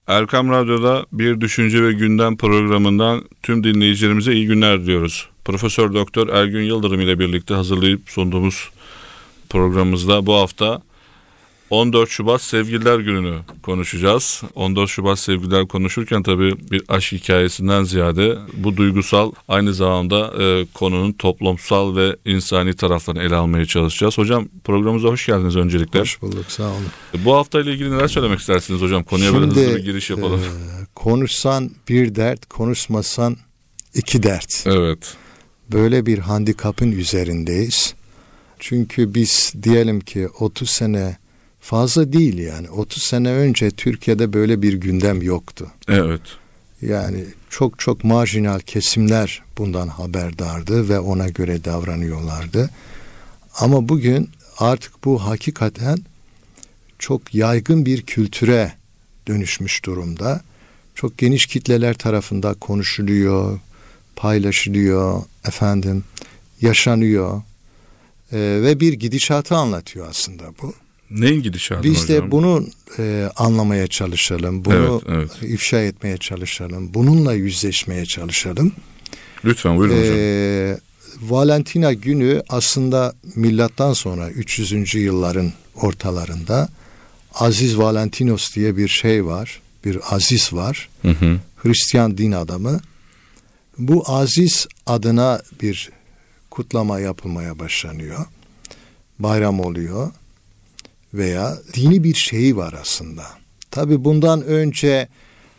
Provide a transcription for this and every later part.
Erkam Radyo'da Bir Düşünce ve Gündem programından tüm dinleyicilerimize iyi günler diliyoruz. Profesör Doktor Ergün Yıldırım ile birlikte hazırlayıp sunduğumuz programımızda bu hafta 14 Şubat Sevgililer Günü'nü konuşacağız. 14 Şubat Sevgililer konuşurken tabii bir aşk hikayesinden ziyade bu duygusal, aynı zamanda konunun toplumsal ve insani taraflarını ele almaya çalışacağız. Hocam, programımıza hoş geldiniz öncelikle. Hoş bulduk, sağ olun. Bu hafta ile ilgili neler söylemek istersiniz hocam? Konuya böyle hızlı bir giriş yapalım. Konuşsan bir dert, konuşmasan iki dert. Evet. Böyle bir handikapın üzerindeyiz. Çünkü biz diyelim ki 30 sene fazla değil yani. 30 sene önce Türkiye'de böyle bir gündem yoktu. Evet. Yani çok marjinal kesimler bundan haberdardı ve ona göre davranıyorlardı. Ama bugün artık bu hakikaten çok yaygın bir kültüre dönüşmüş durumda. Çok geniş kitleler tarafından konuşuluyor, paylaşılıyor, yaşanıyor ve bir gidişatı anlatıyor aslında bu. Neyin gidişatı Biz hocam? de bunu anlamaya çalışalım, bunu evet. ifşa etmeye çalışalım, bununla yüzleşmeye çalışalım. Lütfen buyurun hocam. Valentina günü aslında milattan sonra 300. yılların ortalarında Aziz Valentinos diye bir şey var, bir aziz var, Hristiyan din adamı. Bu aziz adına bir kutlama yapılmaya başlanıyor, bayram oluyor veya dini bir şeyi var aslında. Tabii bundan önce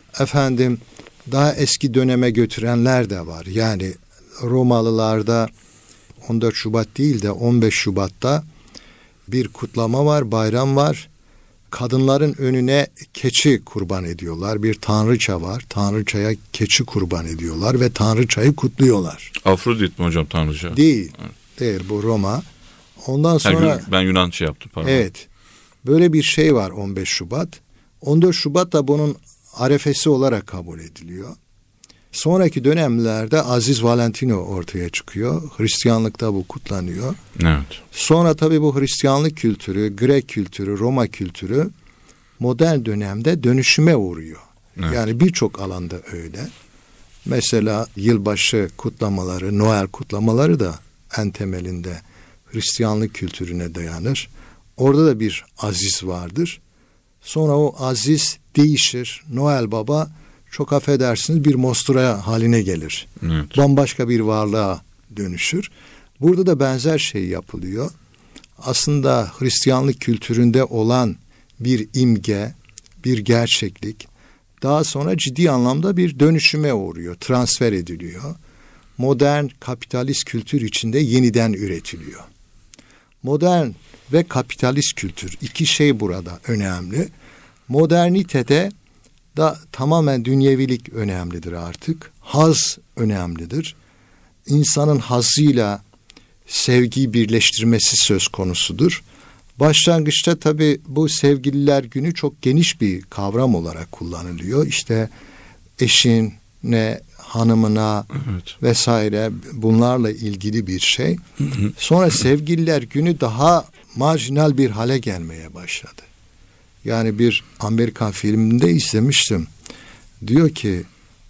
daha eski döneme götürenler de var. Yani Romalılarda 14 Şubat değil de 15 Şubat'ta bir kutlama var, bayram var. Kadınların önüne keçi kurban ediyorlar. Bir tanrıça var. Tanrıçaya keçi kurban ediyorlar ve tanrıçayı kutluyorlar. Afrodit mi hocam tanrıça? Değil. Evet. Değil, bu Roma. Ondan sonra ben Yunanca yaptım pardon. Evet. Böyle bir şey var 15 Şubat. 14 Şubat da bunun arefesi olarak kabul ediliyor. Sonraki dönemlerde Aziz Valentino ortaya çıkıyor. Hristiyanlıkta bu kutlanıyor. Evet. Sonra tabii bu Hristiyanlık kültürü, Grek kültürü, Roma kültürü modern dönemde dönüşüme uğruyor. Evet. Yani birçok alanda öyle. Mesela yılbaşı kutlamaları, Noel kutlamaları da en temelinde Hristiyanlık kültürüne dayanır. Orada da bir aziz vardır. Sonra o aziz değişir. Noel Baba, çok affedersiniz, bir mostura haline gelir. Evet. Bambaşka bir varlığa dönüşür. Burada da benzer şey yapılıyor. Aslında Hristiyanlık kültüründe olan bir imge, bir gerçeklik daha sonra ciddi anlamda bir dönüşüme uğruyor, transfer ediliyor. Modern kapitalist kültür içinde yeniden üretiliyor. Modern ve kapitalist kültür, iki şey burada önemli. Modernitede da tamamen dünyevilik önemlidir artık. Haz önemlidir. İnsanın hazıyla sevgiyi birleştirmesi söz konusudur. Başlangıçta tabii bu Sevgililer Günü çok geniş bir kavram olarak kullanılıyor. İşte eşine, hanımına vesaire bunlarla ilgili bir şey. Sonra Sevgililer Günü daha marjinal bir hale gelmeye başladı. Yani bir Amerikan filminde izlemiştim. Diyor ki,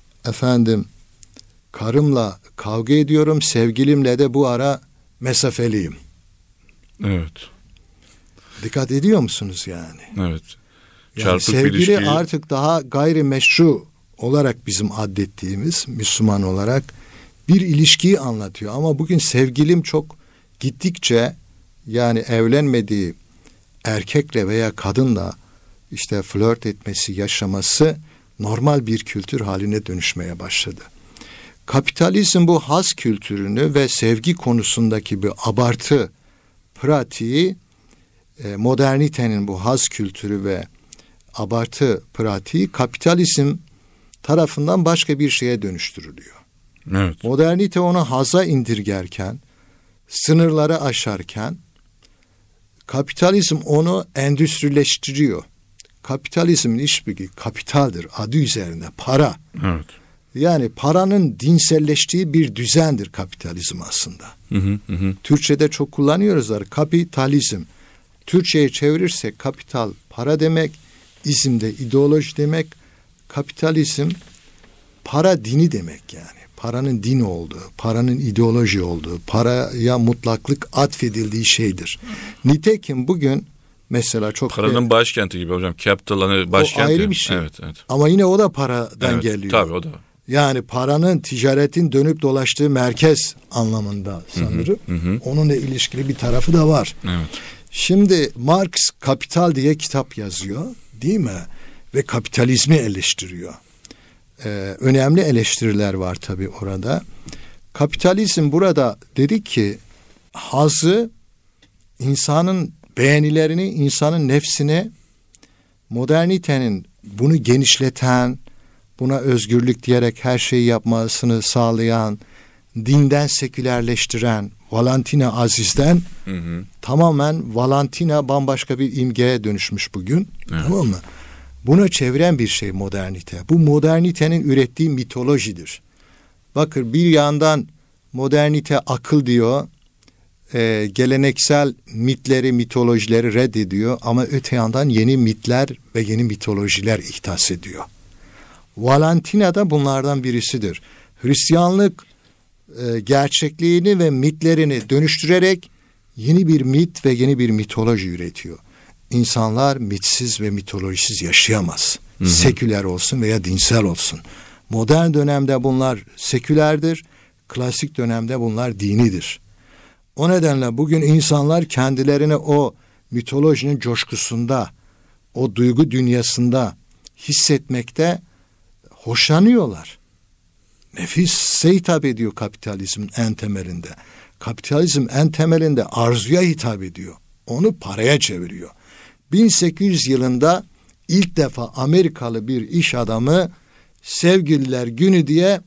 karımla kavga ediyorum, sevgilimle de bu ara mesafeliyim. Evet. Dikkat ediyor musunuz yani? Evet. Yani sevgili artık daha gayrimeşru olarak bizim adettiğimiz, Müslüman olarak bir ilişkiyi anlatıyor. Ama bugün sevgilim çok gittikçe, yani evlenmediği erkekle veya kadınla işte flört etmesi, yaşaması normal bir kültür haline dönüşmeye başladı. Kapitalizm bu haz kültürünü ve sevgi konusundaki bir abartı pratiği, modernitenin bu haz kültürü ve abartı pratiği kapitalizm tarafından başka bir şeye dönüştürülüyor. Evet. Modernite onu haza indirgerken, sınırları aşarken, kapitalizm onu endüstrileştiriyor. Kapitalizmin işbirliği kapitaldir, adı üzerinde para. Evet. Yani paranın dinselleştiği bir düzendir kapitalizm aslında. Türkçe'de çok kullanıyoruz. Kapitalizm. Türkçe'ye çevirirsek kapital para demek, izm de ideoloji demek, kapitalizm para dini demek yani. Paranın din olduğu, paranın ideoloji olduğu, paraya mutlaklık atfedildiği şeydir. Nitekim bugün mesela çok... Paranın başkenti gibi hocam. Capital hani başkenti. O ayrı bir şey. Evet. Ama yine o da paradan geliyor. Tabii o da. Yani paranın, ticaretin dönüp dolaştığı merkez anlamında sanırım. Onunla ilişkili bir tarafı da var. Evet. Şimdi Marx Kapital diye kitap yazıyor, değil mi? Ve kapitalizmi eleştiriyor. Önemli eleştiriler var tabii orada. Kapitalizm burada dedi ki hazzı, insanın beğenilerini, insanın nefsini, modernitenin bunu genişleten, buna özgürlük diyerek her şeyi yapmasını sağlayan, dinden sekülerleştiren Valentina Aziz'den tamamen Valentina bambaşka bir imgeye dönüşmüş bugün. Evet. Tamam mı? Buna çeviren bir şey modernite. Bu modernitenin ürettiği mitolojidir. Bakın bir yandan modernite akıl diyor, geleneksel mitleri, mitolojileri reddediyor ama öte yandan yeni mitler ve yeni mitolojiler ihdas ediyor. Valentina da bunlardan birisidir. Hristiyanlık gerçekliğini ve mitlerini dönüştürerek yeni bir mit ve yeni bir mitoloji üretiyor. İnsanlar mitsiz ve mitolojisiz yaşayamaz. Seküler olsun veya dinsel olsun. Modern dönemde bunlar sekülerdir. Klasik dönemde bunlar dinidir. O nedenle bugün insanlar kendilerini o mitolojinin coşkusunda, o duygu dünyasında hissetmekte hoşlanıyorlar. Nefise hitap ediyor kapitalizmin en temelinde. Kapitalizm en temelinde arzuya hitap ediyor. Onu paraya çeviriyor. 1800 yılında ilk defa Amerikalı bir iş adamı Sevgililer Günü diye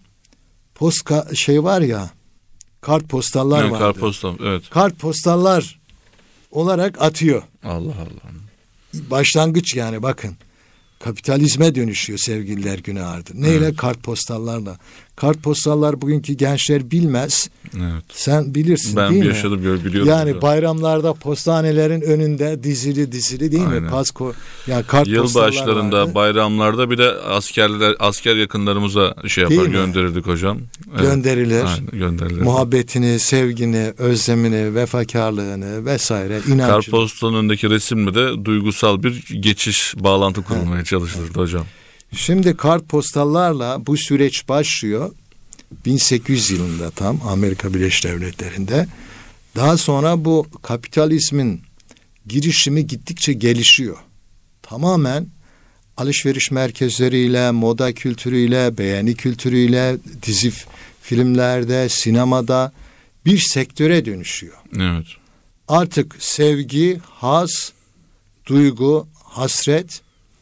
var ya, kartpostallar vardı. Kartpostal, evet. Kartpostallar olarak atıyor. Allah Allah. Başlangıç yani bakın. Kapitalizme dönüşüyor Sevgililer Günü artık. Neyle? Evet. Kartpostallarla. Kartpostallar bugünkü gençler bilmez. Evet. Sen bilirsin ben değil mi? Ben yaşadım, biliyorum. Yani bayramlarda postanelerin önünde dizili değil mi? Pasko, yani yılbaşlarında, vardı. Bayramlarda bir de asker yakınlarımıza gönderirdik hocam. Evet. Gönderilir. Aynen, gönderilir. Muhabbetini, sevgini, özlemini, vefakarlığını vesaire, inancını. Kartpostalın önündeki resimle de duygusal bir geçiş, bağlantı kurulmaya çalışılırdı hocam. Şimdi kartpostallarla bu süreç başlıyor. 1800 yılında tam Amerika Birleşik Devletleri'nde. Daha sonra bu kapitalizmin girişimi gittikçe gelişiyor. Tamamen alışveriş merkezleriyle, moda kültürüyle, beğeni kültürüyle, dizi filmlerde, sinemada bir sektöre dönüşüyor. Evet. Artık sevgi, haz, duygu, hasret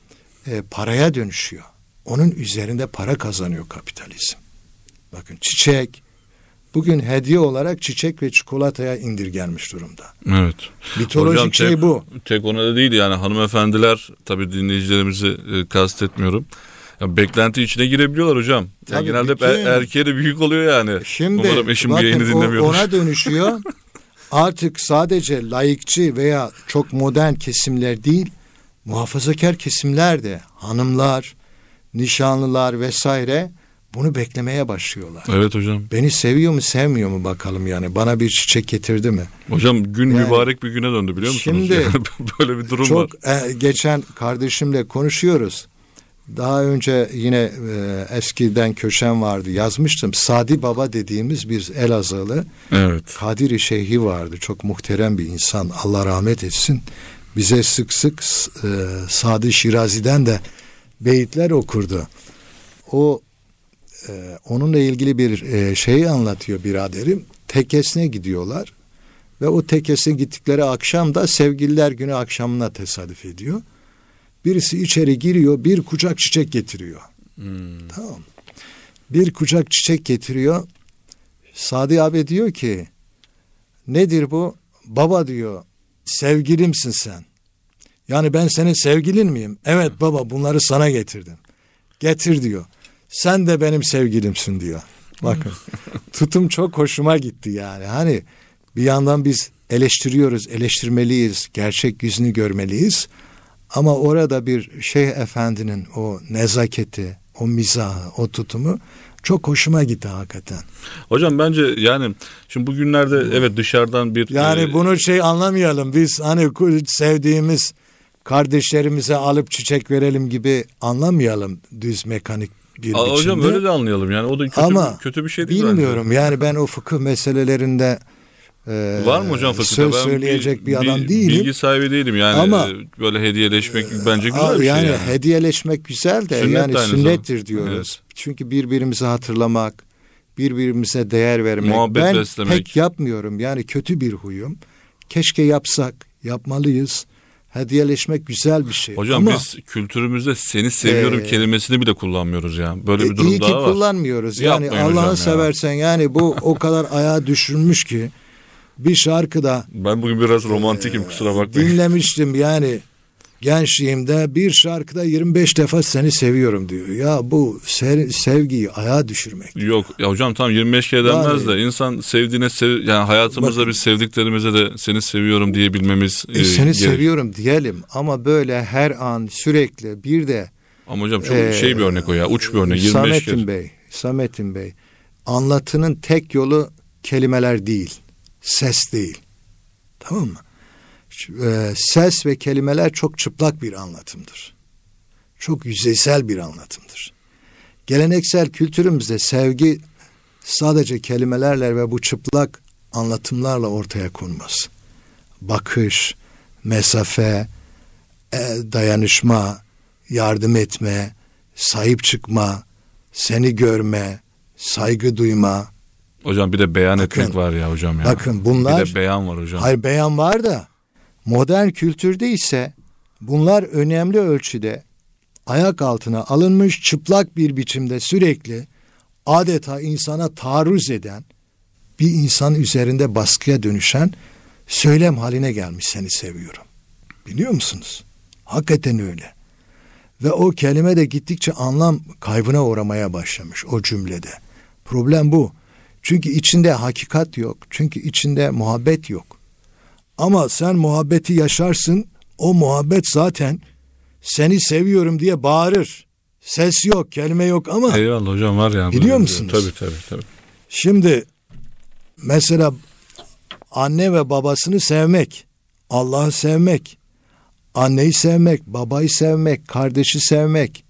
paraya dönüşüyor. Onun üzerinde para kazanıyor kapitalizm. Bakın çiçek, bugün hediye olarak çiçek ve çikolataya indirgenmiş durumda. Evet. Mitolojik hocam, şey bu. Tek ona da değil yani hanımefendiler, tabii dinleyicilerimizi kastetmiyorum. Ya, beklenti içine girebiliyorlar hocam. Yani genelde hep erkeğe de büyük oluyor yani. Şimdi umarım eşim bu yayını dinlemiyordur. Ona dönüşüyor. Artık sadece laikçi veya çok modern kesimler değil, muhafazakar kesimler de, hanımlar, nişanlılar vesaire bunu beklemeye başlıyorlar. Evet hocam. Beni seviyor mu sevmiyor mu bakalım yani. Bana bir çiçek getirdi mi? Hocam gün mübarek bir güne döndü biliyor musunuz? Şimdi yani böyle bir durum var. Geçen kardeşimle konuşuyoruz. Daha önce yine eskiden köşem vardı, yazmıştım. Sadi Baba dediğimiz bir Elazığlı. Evet. Kadiri Şeyhi vardı. Çok muhterem bir insan. Allah rahmet etsin. Bize sık sık Sadi Şirazi'den de beyitler okurdu. Onunla ilgili bir şeyi anlatıyor biraderim. Tekesine gidiyorlar ve o tekesine gittikleri akşam da Sevgililer Günü akşamına tesadüf ediyor. Birisi içeri giriyor, bir kucak çiçek getiriyor. Tamam. Bir kucak çiçek getiriyor. Sadi abi diyor ki, nedir bu? Baba diyor, sevgilimsin sen. Yani ben senin sevgilin miyim? Evet baba, bunları sana getirdim. Getir diyor. Sen de benim sevgilimsin diyor. Bakın tutum çok hoşuma gitti yani. Hani bir yandan biz eleştiriyoruz, eleştirmeliyiz, gerçek yüzünü görmeliyiz. Ama orada bir Şeyh Efendi'nin o nezaketi, o mizahı, o tutumu çok hoşuma gitti hakikaten. Hocam bence yani şimdi bugünlerde evet dışarıdan bir... Yani bunu anlamayalım. Biz hani sevdiğimiz kardeşlerimize alıp çiçek verelim gibi anlamayalım düz mekanik bir biçimde. Hocam öyle de anlayalım yani o da kötü bir şey değil. Bilmiyorum bence. yani ben o fıkıh meselelerinde var mı hocam fıkıhta? söz söyleyecek bir adam değilim. Bilgi sahibi değilim yani ama, böyle hediyeleşmek bence güzel bir yani şey. Yani hediyeleşmek güzel de sünnet yani sünnettir diyoruz. Evet. Çünkü birbirimizi hatırlamak, birbirimize değer vermek. Muhabbet ben beslemek. Pek yapmıyorum yani kötü bir huyum. Keşke yapsak, yapmalıyız. Hediyeleşmek güzel bir şey. Hocam ama biz kültürümüzde seni seviyorum kelimesini bile kullanmıyoruz ya. Böyle bir durum iyi daha ki var. kullanmıyoruz. Yani Allah'ını seversen yani bu o kadar ayağa düşürmüş ki bir şarkıda ben bugün biraz romantikim kusura bakmayın. Dinlemiştim yani gençliğimde bir şarkıda 25 defa seni seviyorum diyor. Ya bu sevgiyi ayağa düşürmek. Yok ya hocam tam 25 kere denmez de insan sevdiğine yani hayatımızda biz sevdiklerimize de seni seviyorum diyebilmemiz seni seviyorum diyelim ama böyle her an sürekli bir de ama hocam çok bir örnek o ya uç bir örnek 25 kere. Samettin Bey anlatının tek yolu kelimeler değil, ses değil. Tamam mı? Ses ve kelimeler çok çıplak bir anlatımdır. Çok yüzeysel bir anlatımdır. Geleneksel kültürümüzde sevgi sadece kelimelerle ve bu çıplak anlatımlarla ortaya konmaz. Bakış, mesafe, dayanışma, yardım etme, sahip çıkma, seni görme, saygı duyma. Hocam bir de beyan etmek var ya hocam ya. Bakın bunlar. Bir de beyan var hocam. Hayır beyan var da modern kültürde ise bunlar önemli ölçüde ayak altına alınmış çıplak bir biçimde sürekli adeta insana taarruz eden bir insan üzerinde baskıya dönüşen söylem haline gelmiş seni seviyorum. Biliyor musunuz? Hakikaten öyle. Ve o kelime de gittikçe anlam kaybına uğramaya başlamış o cümlede. Problem bu. Çünkü içinde hakikat yok. Çünkü içinde muhabbet yok. Ama sen muhabbeti yaşarsın. O muhabbet zaten seni seviyorum diye bağırır. Ses yok, kelime yok ama. Eyvallah hocam var ya. Biliyor musunuz? Tabii. Şimdi mesela anne ve babasını sevmek, Allah'ı sevmek, anneyi sevmek, babayı sevmek, kardeşi sevmek,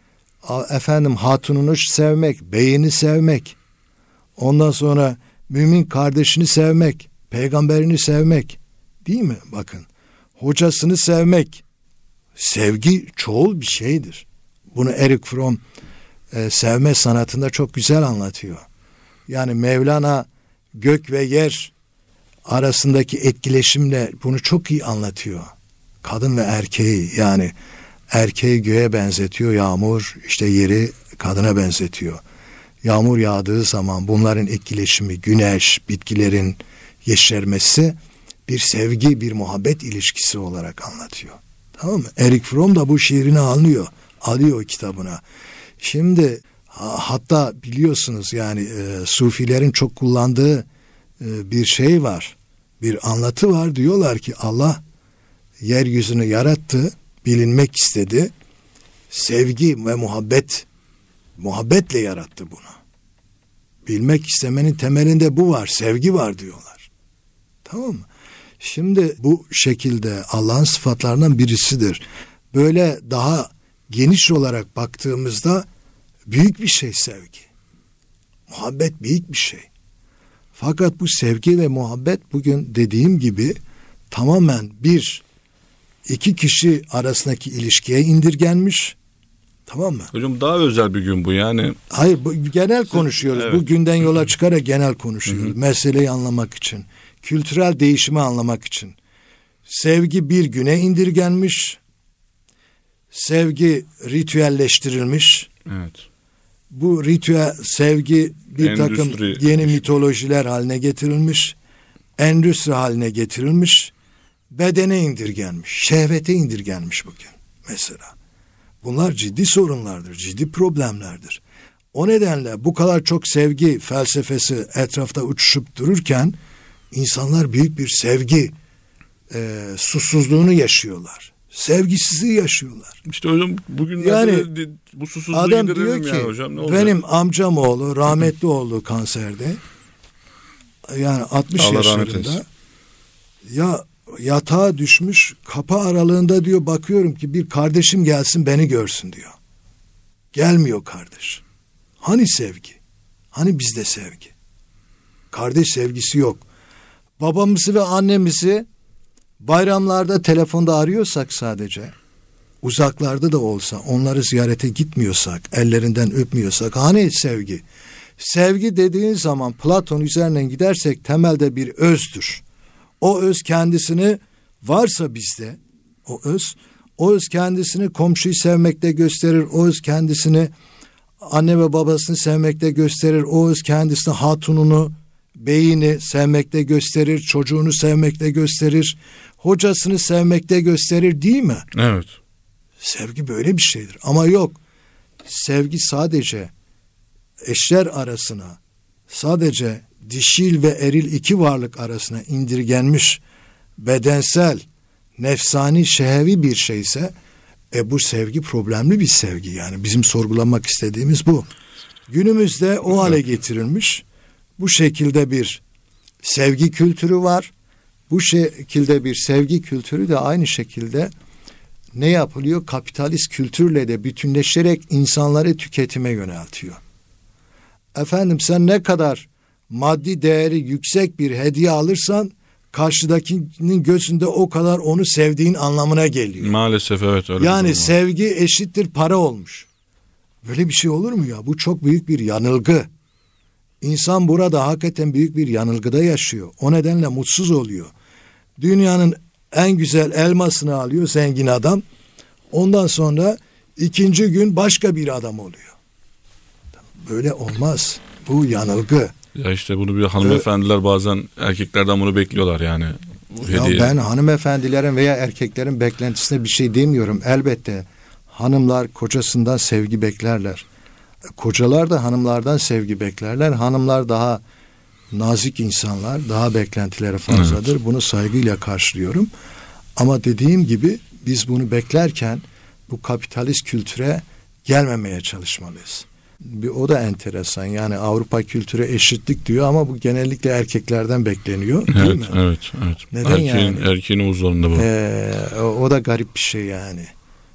hatununu sevmek, beyini sevmek, ondan sonra mümin kardeşini sevmek, peygamberini sevmek, değil mi? Bakın, hocasını sevmek, sevgi çoğul bir şeydir. Bunu Erich Fromm sevme sanatında çok güzel anlatıyor. Yani Mevlana gök ve yer arasındaki etkileşimle bunu çok iyi anlatıyor. Kadın ve erkeği, yani erkeği göğe benzetiyor, yağmur işte yeri kadına benzetiyor. Yağmur yağdığı zaman bunların etkileşimi, güneş, bitkilerin yeşermesi bir sevgi, bir muhabbet ilişkisi olarak anlatıyor. Tamam mı? Erich Fromm da bu şiirini alıyor kitabına. Şimdi hatta biliyorsunuz yani Sufilerin çok kullandığı bir şey var. Bir anlatı var. Diyorlar ki Allah yeryüzünü yarattı, bilinmek istedi. Sevgi ve muhabbetle yarattı bunu. Bilmek istemenin temelinde bu var, sevgi var diyorlar. Tamam mı? Şimdi bu şekilde Allah'ın sıfatlarından birisidir. Böyle daha geniş olarak baktığımızda büyük bir şey sevgi. Muhabbet büyük bir şey. Fakat bu sevgi ve muhabbet bugün dediğim gibi tamamen iki kişi arasındaki ilişkiye indirgenmiş. Tamam mı? Hocam daha özel bir gün bu yani. Hayır, genel konuşuyoruz. Evet. Bu günden yola çıkarak genel konuşuyoruz. Hı-hı. Meseleyi anlamak için. Kültürel değişimi anlamak için. Sevgi bir güne indirgenmiş. Sevgi ritüelleştirilmiş. Evet. Bu sevgi bir takım yeni mitolojiler haline getirilmiş. Endüstri haline getirilmiş. Bedene indirgenmiş. Şehvete indirgenmiş bugün mesela. Bunlar ciddi sorunlardır, ciddi problemlerdir. O nedenle bu kadar çok sevgi felsefesi etrafta uçuşup dururken insanlar büyük bir sevgi susuzluğunu yaşıyorlar. Sevgisizliği yaşıyorlar. İşte hocam bugünlerde Yani bu susuzluğu adam diyor giderelim ki yani hocam. Ne olacak? benim amcam oğlu rahmetli oldu kanserde. Yani 60 Allah rahmet yaşlarında. eylesin. Ya yatağa düşmüş, kapı aralığında diyor bakıyorum ki bir kardeşim gelsin beni görsün diyor. Gelmiyor kardeş. Hani sevgi? Hani bizde sevgi? Kardeş sevgisi yok. Babamızı ve annemizi bayramlarda telefonda arıyorsak sadece, uzaklarda da olsa onları ziyarete gitmiyorsak, ellerinden öpmüyorsak hani sevgi? Sevgi dediğin zaman Platon üzerinden gidersek temelde bir özdür. O öz kendisini varsa bizde, o öz kendisini komşuyu sevmekte gösterir, o öz kendisini anne ve babasını sevmekte gösterir, o öz kendisini hatununu, beyini sevmekte gösterir, çocuğunu sevmekte gösterir, hocasını sevmekte gösterir değil mi? Evet. Sevgi böyle bir şeydir ama yok. Sevgi sadece eşler arasına, sadece dişil ve eril iki varlık arasına indirgenmiş bedensel, nefsani, şehevi bir şeyse bu sevgi problemli bir sevgi yani. Bizim sorgulamak istediğimiz bu. Günümüzde o hale getirilmiş. Bu şekilde bir sevgi kültürü var. Bu şekilde bir sevgi kültürü de aynı şekilde ne yapılıyor? Kapitalist kültürle de bütünleşerek insanları tüketime yöneltiyor. Efendim sen ne kadar maddi değeri yüksek bir hediye alırsan karşıdakinin gözünde o kadar onu sevdiğin anlamına geliyor. Maalesef evet öyle. Yani sevgi eşittir para olmuş. Böyle bir şey olur mu ya? Bu çok büyük bir yanılgı. İnsan burada hakikaten büyük bir yanılgıda yaşıyor. O nedenle mutsuz oluyor. Dünyanın en güzel elmasını alıyor zengin adam. Ondan sonra ikinci gün başka bir adam oluyor. Böyle olmaz. Bu yanılgı. Ya işte bunu bir hanımefendiler bazen erkeklerden bunu bekliyorlar yani. Ya ben hanımefendilerin veya erkeklerin beklentisine bir şey demiyorum. Elbette hanımlar kocasından sevgi beklerler. Kocalar da hanımlardan sevgi beklerler. Hanımlar daha nazik insanlar, daha beklentileri fazladır. Evet. Bunu saygıyla karşılıyorum. Ama dediğim gibi biz bunu beklerken bu kapitalist kültüre gelmemeye çalışmalıyız. O da enteresan. Yani Avrupa kültürü eşitlik diyor ama bu genellikle erkeklerden bekleniyor. Değil evet, mi? Evet. Neden yani? Erkeğin omuzlarında bu. O da garip bir şey yani.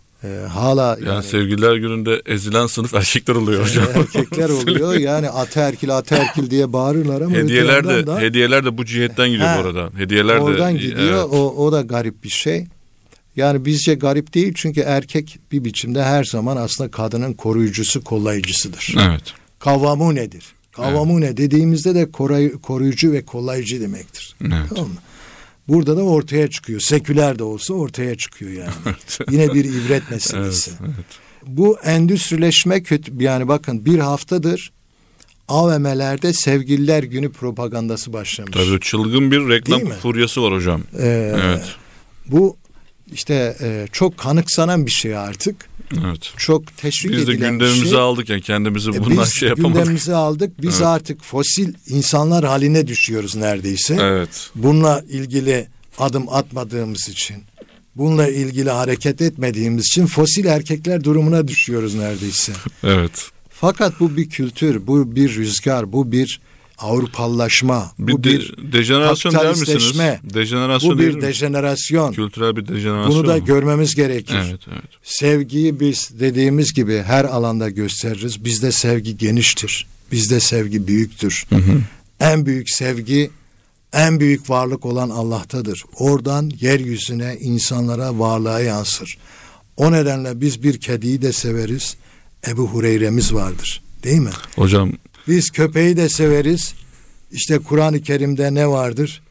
Hala yani sevgililer gününde ezilen sınıf erkekler oluyor hocam. Erkekler oluyor. Yani ataerkil diye bağırırlar ama hediyeler de bu cihetten gidiyor bu arada. Hediyeler oradan de gidiyor. Evet. O da garip bir şey. Yani bizce garip değil çünkü erkek bir biçimde her zaman aslında kadının koruyucusu, kollayıcısıdır. Evet. Kavvamûnedir. Kavvamûne dediğimizde de koruyucu ve kollayıcı demektir. Evet. Tamam mı? Burada da ortaya çıkıyor. Seküler de olsa ortaya çıkıyor yani. Yine bir ibret meselesi. Evet. Bu endüstrileşme kötü. Yani bakın bir haftadır AVM'lerde Sevgililer Günü propagandası başlamış. Tabii çılgın bir reklam furyası var hocam. Evet. Bu işte çok kanıksanan bir şey artık. Evet. Çok teşvik edilen bir şey. Biz de gündemimizi aldık yani kendimizi bundan yapamadık. Gündemimizi aldık. Biz artık fosil insanlar haline düşüyoruz neredeyse. Evet. Bununla ilgili adım atmadığımız için, bununla ilgili hareket etmediğimiz için fosil erkekler durumuna düşüyoruz neredeyse. Evet. Fakat bu bir kültür, bu bir rüzgar, bu bir Avrupalılaşma, bu bir dejenerasyon der misiniz? Bu bir dejenerasyon. Kültürel bir dejenerasyon. Bunu da görmemiz gerekir. Evet. Sevgiyi biz dediğimiz gibi her alanda gösteririz. Bizde sevgi geniştir. Bizde sevgi büyüktür. Hı. En büyük sevgi, en büyük varlık olan Allah'tadır. Oradan yeryüzüne, insanlara, varlığa yansır. O nedenle biz bir kediyi de severiz. Ebu Hureyre'miz vardır. Değil mi? Hocam. Biz köpeği de severiz. İşte Kur'an-ı Kerim'de ne vardır?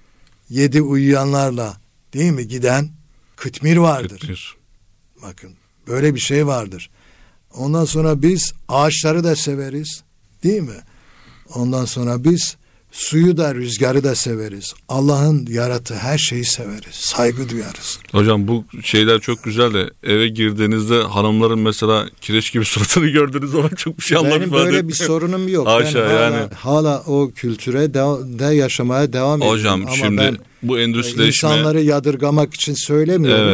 7 uyuyanlarla değil mi giden kıtmir vardır. Kıtmir. Bakın böyle bir şey vardır. Ondan sonra biz ağaçları da severiz. Değil mi? Ondan sonra biz suyu da rüzgarı da severiz. Allah'ın yarattığı her şeyi severiz. Saygı duyarız. Hocam bu şeyler çok güzel de eve girdiğinizde hanımların mesela kireç gibi suratını gördüğünüz zaman çok bir şey anlam ifade etmiyor. Benim böyle bir sorunum yok. Haşa, hala o kültüre de yaşamaya devam ediyorum. Hocam ama şimdi ben bu endüstrileşme insanları yadırgamak için söylemiyorum. Evet.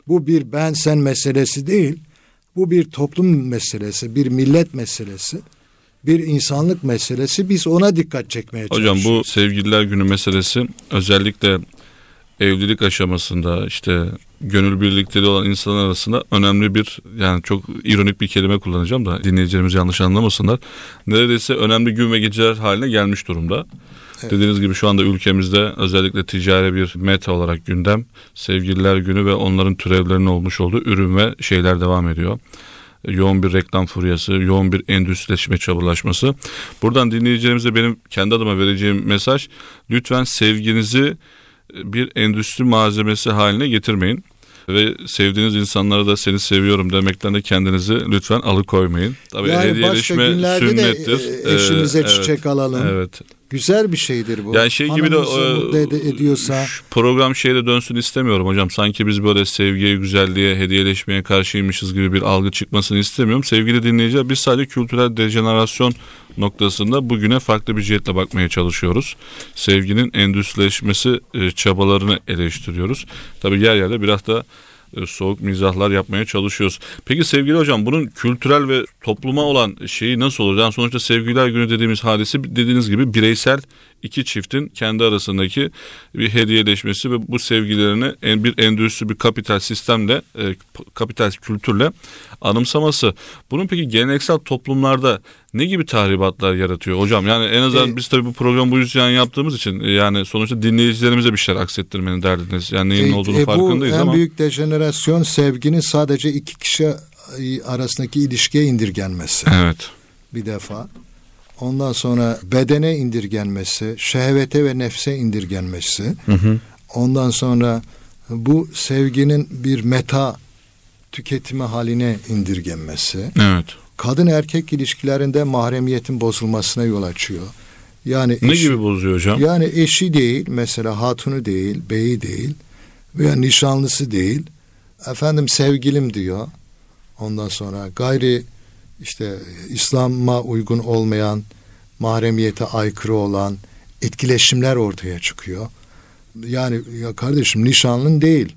Bu bir ben sen meselesi değil. Bu bir toplum meselesi, bir millet meselesi, bir insanlık meselesi. Biz ona dikkat çekmeye çalışıyoruz. Hocam bu Sevgililer Günü meselesi özellikle evlilik aşamasında işte gönül birlikteliği olan insanlar arasında önemli bir, yani çok ironik bir kelime kullanacağım da dinleyicilerimiz yanlış anlamasınlar. Neredeyse önemli gün ve geceler haline gelmiş durumda. Evet. Dediğiniz gibi şu anda ülkemizde özellikle ticari bir meta olarak gündem Sevgililer Günü ve onların türevlerinin olmuş olduğu ürün ve şeyler devam ediyor. Yoğun bir reklam furyası, yoğun bir endüstrileşme çabalaşması. Buradan dinleyicilerimize benim kendi adıma vereceğim mesaj: lütfen sevginizi bir endüstri malzemesi haline getirmeyin. Ve sevdiğiniz insanlara da seni seviyorum demekten de kendinizi lütfen alıkoymayın. Tabii yani hediyeleşme sünnettir. Eşimize çiçek alalım. Evet. Güzel bir şeydir bu. Yani şey gibi de mutlu ediyorsa. Program şeyde dönsün istemiyorum hocam. Sanki biz böyle sevgiye, güzelliğe, hediyeleşmeye karşıymışız gibi bir algı çıkmasını istemiyorum. Sevgili dinleyiciler, biz sadece kültürel dejenerasyon noktasında bugüne farklı bir cihetle bakmaya çalışıyoruz. Sevginin endüstrileşmesi çabalarını eleştiriyoruz. Tabii yer yerde biraz da soğuk mizahlar yapmaya çalışıyoruz. Peki sevgili hocam, bunun kültürel ve topluma olan şeyi nasıl olur? Yani sonuçta Sevgililer Günü dediğimiz hadise, dediğiniz gibi bireysel iki çiftin kendi arasındaki bir hediyeleşmesi ve bu sevgilerini bir endüstri, bir kapital sistemle, kapital kültürle anımsaması. Bunun peki geleneksel toplumlarda ne gibi tahribatlar yaratıyor hocam? Yani en azından biz tabii bu programı bu yüzden yaptığımız için yani sonuçta dinleyicilerimize bir şeyler aksettirmenin derdiniz. Yani neyin olduğunu farkındayız ama. Bu en büyük dejenerasyon sevginin sadece iki kişi arasındaki ilişkiye indirgenmesi. Evet. Bir defa. Ondan sonra bedene indirgenmesi, şehvete ve nefse indirgenmesi. Hı. Ondan sonra bu sevginin bir meta tüketimi haline indirgenmesi. Evet. Kadın erkek ilişkilerinde mahremiyetin bozulmasına yol açıyor. Yani ne gibi bozuyor hocam? Yani eşi değil, mesela hatunu değil, beyi değil veya nişanlısı değil. Efendim sevgilim diyor. Ondan sonra gayri işte İslam'a uygun olmayan, mahremiyete aykırı olan etkileşimler ortaya çıkıyor. Yani ya kardeşim, nişanlın değil,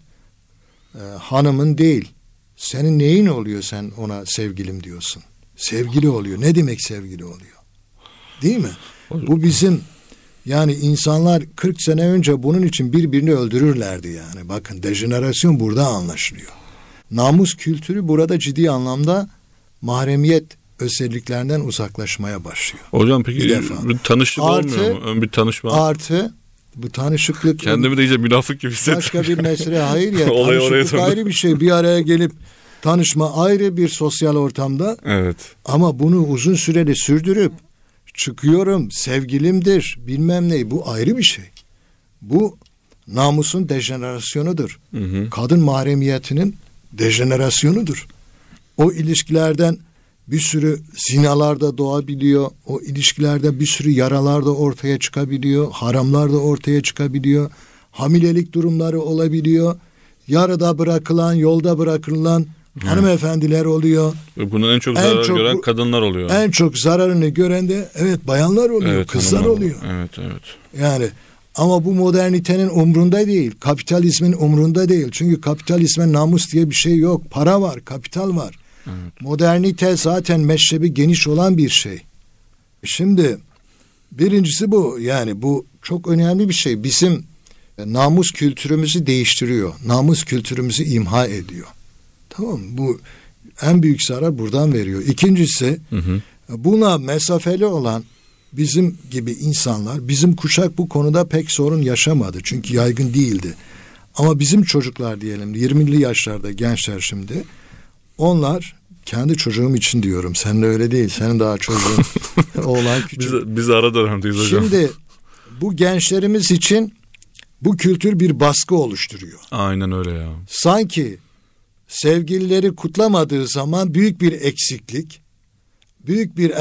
hanımın değil. Senin neyin oluyor, sen ona sevgilim diyorsun? Sevgili oluyor. Ne demek sevgili oluyor? Değil mi? Bu bizim, yani insanlar 40 sene önce bunun için birbirini öldürürlerdi yani. Bakın, dejenerasyon burada anlaşılıyor. Namus kültürü burada ciddi anlamda mahremiyet özelliklerinden uzaklaşmaya başlıyor. Hocam peki bir tanışıklık olmuyor mu? Ön bir tanışma. Artı bu tanışıklık. Kendimi de iyice münafık gibi hissettim. Başka bir mesele, hayır ya. Tanışıklık ayrı bir şey. Bir araya gelip tanışma ayrı bir sosyal ortamda. Evet. Ama bunu uzun süreli sürdürüp çıkıyorum, sevgilimdir, bilmem ne, bu ayrı bir şey. Bu namusun dejenerasyonudur. Hı. Kadın mahremiyetinin dejenerasyonudur. O ilişkilerden bir sürü zinalar da doğabiliyor. O ilişkilerde bir sürü yaralar da ortaya çıkabiliyor. Haramlar da ortaya çıkabiliyor. Hamilelik durumları olabiliyor. Yarıda bırakılan, yolda bırakılan hanımefendiler oluyor. Ve bunun en çok zararını gören kadınlar oluyor. En çok zararını gören de bayanlar oluyor, evet, kızlar oluyor. Evet. Yani ama bu modernitenin umrunda değil, kapitalizmin umrunda değil. Çünkü kapitalizme namus diye bir şey yok. Para var, kapital var. Evet. Modernite zaten meşrebi geniş olan bir şey. Şimdi birincisi bu. Yani bu çok önemli bir şey. Bizim namus kültürümüzü değiştiriyor. Namus kültürümüzü imha ediyor. Tamam mı? Bu en büyük zarar buradan veriyor. İkincisi, buna mesafeli olan bizim gibi insanlar, bizim kuşak bu konuda pek sorun yaşamadı. Çünkü yaygın değildi. Ama bizim çocuklar diyelim, 20'li yaşlarda gençler şimdi, onlar, kendi çocuğum için diyorum, senin öyle değil, senin daha çocuğun oğlan küçük. Biz ara dönemdeyiz hocam. Şimdi bu gençlerimiz için bu kültür bir baskı oluşturuyor. Aynen öyle ya. Sanki sevgilileri kutlamadığı zaman büyük bir eksiklik, büyük bir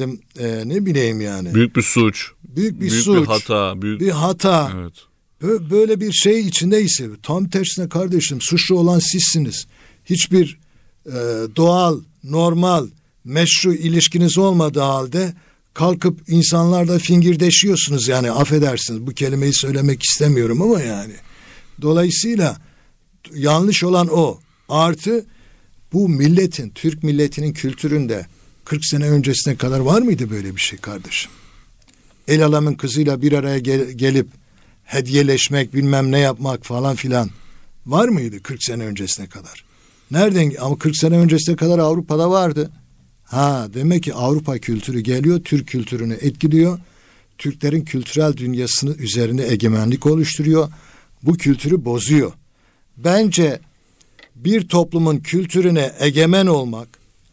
ne bileyim yani. Büyük bir suç. Büyük bir suç. Bir hata. Bir hata. Evet. Böyle bir şey içinde hissediyor. Tam tersine kardeşim, suçlu olan sizsiniz. Hiçbir doğal, normal, meşru ilişkiniz olmadığı halde kalkıp insanlarla fingirdeşiyorsunuz. Yani affedersiniz, bu kelimeyi söylemek istemiyorum ama yani. Dolayısıyla Yanlış olan o. Artı bu milletin, Türk milletinin kültüründe 40 sene öncesine kadar var mıydı böyle bir şey kardeşim? El alamın kızıyla bir araya gelip hediyeleşmek, bilmem ne yapmak falan filan var mıydı 40 sene öncesine kadar? Nereden? Ama 40 sene öncesine kadar Avrupa'da vardı. Demek ki Avrupa kültürü geliyor, Türk kültürünü etkiliyor. Türklerin kültürel dünyasını üzerine egemenlik oluşturuyor. Bu kültürü bozuyor. Bence bir toplumun kültürüne egemen olmak,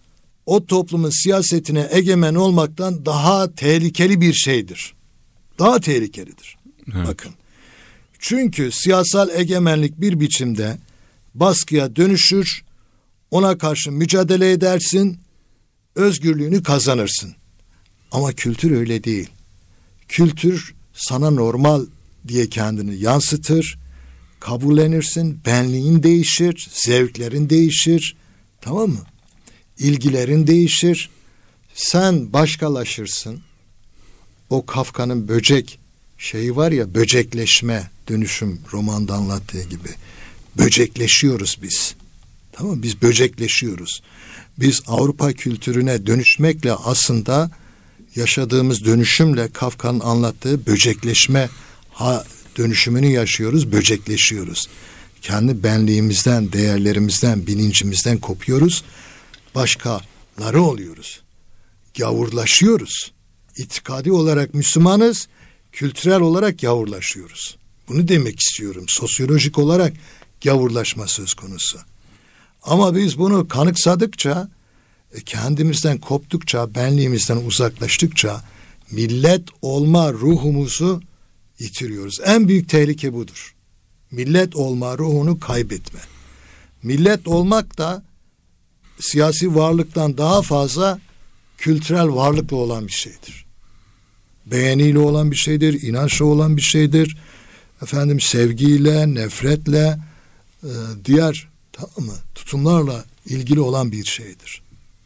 o toplumun siyasetine egemen olmaktan daha tehlikeli bir şeydir. Daha tehlikelidir. Evet. Bakın. Çünkü siyasal egemenlik bir biçimde baskıya dönüşür, ona karşı mücadele edersin, özgürlüğünü kazanırsın. Ama kültür öyle değil. Kültür sana normal diye kendini yansıtır, kabullenirsin, benliğin değişir, zevklerin değişir, tamam mı? İlgilerin değişir, sen başkalaşırsın. O Kafka'nın böcek şeyi var ya, böcekleşme, dönüşüm romanda anlattığı gibi. Böcekleşiyoruz biz. Tamam mı? Biz böcekleşiyoruz. Biz Avrupa kültürüne dönüşmekle aslında yaşadığımız dönüşümle Kafka'nın anlattığı böcekleşme dönüşümünü yaşıyoruz, böcekleşiyoruz. Kendi benliğimizden, değerlerimizden, bilincimizden kopuyoruz. Başkaları oluyoruz. Gavurlaşıyoruz. İtikadi olarak Müslümanız, kültürel olarak gavurlaşıyoruz. Bunu demek istiyorum. Sosyolojik olarak gavurlaşma söz konusu. Ama biz bunu kanıksadıkça, kendimizden koptukça, benliğimizden uzaklaştıkça millet olma ruhumuzu yitiriyoruz. En büyük tehlike budur. Millet olma ruhunu kaybetme. Millet olmak da siyasi varlıktan daha fazla kültürel varlıkla olan bir şeydir. Beğeniyle olan bir şeydir, inançla olan bir şeydir. Sevgiyle, nefretle, diğer tutumlarla ilgili olan bir şeydir.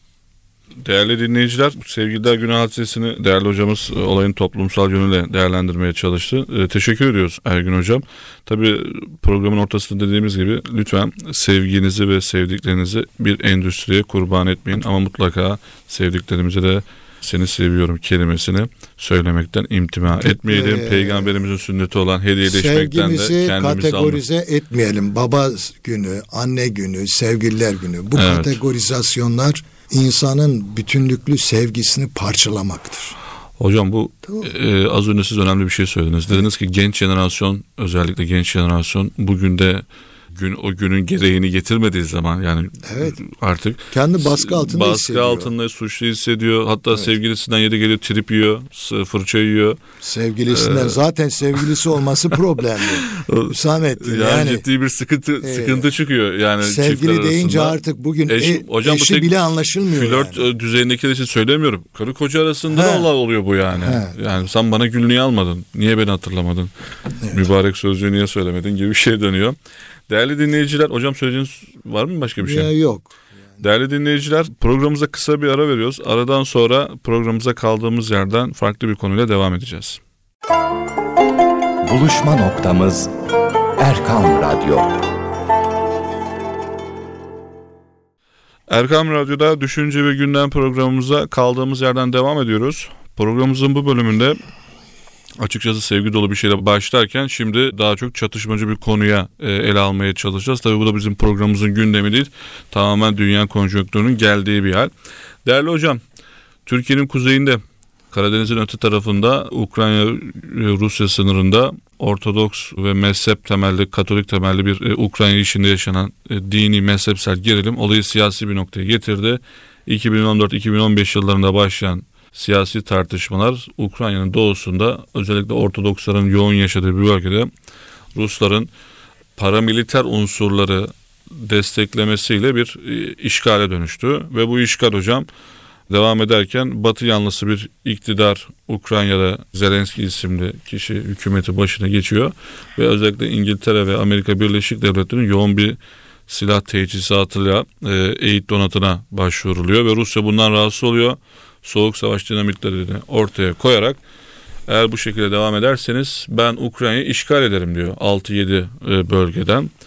Değerli dinleyiciler, Sevgililer Günü hadisesini değerli hocamız olayın toplumsal yönüyle değerlendirmeye çalıştı. Teşekkür ediyoruz Ergün hocam. Tabii programın ortasında dediğimiz gibi lütfen sevginizi ve sevdiklerinizi bir endüstriye kurban etmeyin. Ama mutlaka sevdiklerimize de seni seviyorum kelimesini söylemekten imtina etmeyelim. Peygamberimizin sünneti olan hediyeleşmekten de kendimizi kategorize etmeyelim. Baba günü, anne günü, sevgililer günü. Bu kategorizasyonlar insanın bütünlüklü sevgisini parçalamaktır. Hocam bu az önce siz önemli bir şey söylediniz. Dediniz ki genç jenerasyon, özellikle genç jenerasyon bugün de o günün gereğini getirmediği zaman yani artık kendi baskı altında suçlu hissediyor. Hatta sevgilisinden yeri geliyor trip yiyor, fırça yiyor. Sevgilisinden zaten sevgilisi olması problemli. Hüsamettin yani ciddi bir sıkıntı çıkıyor yani sevgili deyince artık bugün eşi bile anlaşılmıyor. Flört düzeyindeki için söylemiyorum. Karı koca arasında da olay oluyor bu yani. Yani sen bana gül niye almadın? Niye beni hatırlamadın? Mübarek sözcüğü niye söylemedin gibi bir şey dönüyor. Değerli dinleyiciler, hocam söyleyeceğiniz var mı başka bir şey? Yok. Değerli dinleyiciler, programımıza kısa bir ara veriyoruz. Aradan sonra programımıza kaldığımız yerden farklı bir konuyla devam edeceğiz. Buluşma noktamız Erkam Radyo. Erkam Radyo'da Düşünce ve Gündem programımıza kaldığımız yerden devam ediyoruz. Programımızın bu bölümünde açıkçası sevgi dolu bir şeyle başlarken şimdi daha çok çatışmacı bir konuya ele almaya çalışacağız. Tabii bu da bizim programımızın gündemi değil. Tamamen dünya konjonktürünün geldiği bir hal. Değerli hocam, Türkiye'nin kuzeyinde Karadeniz'in öte tarafında Ukrayna-Rusya sınırında Ortodoks ve mezhep temelli, Katolik temelli bir Ukrayna içinde yaşanan dini mezhepsel gerilim olayı siyasi bir noktaya getirdi. 2014-2015 yıllarında başlayan siyasi tartışmalar Ukrayna'nın doğusunda özellikle Ortodoksların yoğun yaşadığı bir bölgede Rusların paramiliter unsurları desteklemesiyle bir işgale dönüştü. Ve bu işgal hocam devam ederken Batı yanlısı bir iktidar Ukrayna'da Zelenski isimli kişi hükümeti başına geçiyor. Ve özellikle İngiltere ve Amerika Birleşik Devletleri'nin yoğun bir silah teçhizatıyla eğit donatına başvuruluyor. Ve Rusya bundan rahatsız oluyor. Soğuk savaş dinamitlerini ortaya koyarak eğer bu şekilde devam ederseniz ben Ukrayna'yı işgal ederim diyor 6-7 bölgeden.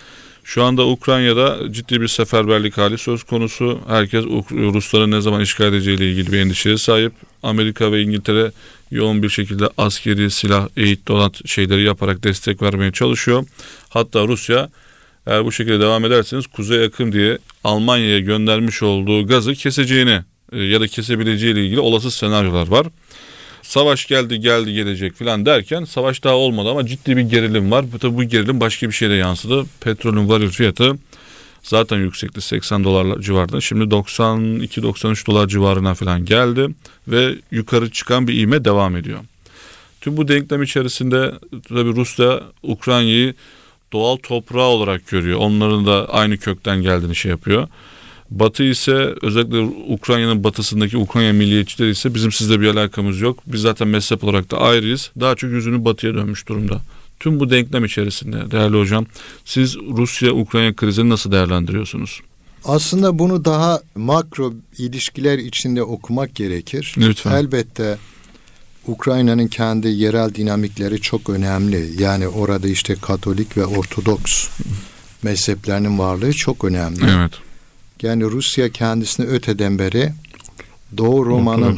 Şu anda Ukrayna'da ciddi bir seferberlik hali söz konusu. Herkes Rusların ne zaman işgal edeceğiyle ilgili bir endişeye sahip. Amerika ve İngiltere yoğun bir şekilde askeri silah, eğit, donat şeyleri yaparak destek vermeye çalışıyor. Hatta Rusya eğer bu şekilde devam ederseniz Kuzey Akım diye Almanya'ya göndermiş olduğu gazı keseceğini ya da kesebileceğiyle ilgili olası senaryolar var. Savaş geldi gelecek falan derken savaş daha olmadı ama ciddi bir gerilim var. Tabii bu gerilim başka bir şeye de yansıdı. Petrolün varil fiyatı zaten yüksekti, $80 civarında. Şimdi 92-93 dolar civarına falan geldi ve yukarı çıkan bir ivme devam ediyor. Tüm bu denklem içerisinde tabii Rusya Ukrayna'yı doğal toprağı olarak görüyor. Onların da aynı kökten geldiğini şey yapıyor. Batı ise özellikle Ukrayna'nın batısındaki Ukrayna milliyetçileri ise bizim sizle bir alakamız yok. Biz zaten mezhep olarak da ayrıyız. Daha çok yüzünü batıya dönmüş durumda. Tüm bu denklem içerisinde değerli hocam siz Rusya-Ukrayna krizini nasıl değerlendiriyorsunuz? Aslında bunu daha makro ilişkiler içinde okumak gerekir. Lütfen. Elbette Ukrayna'nın kendi yerel dinamikleri çok önemli. Yani orada işte Katolik ve Ortodoks mezheplerinin varlığı çok önemli. Evet. Yani Rusya kendisini öteden beri Doğu Roma'nın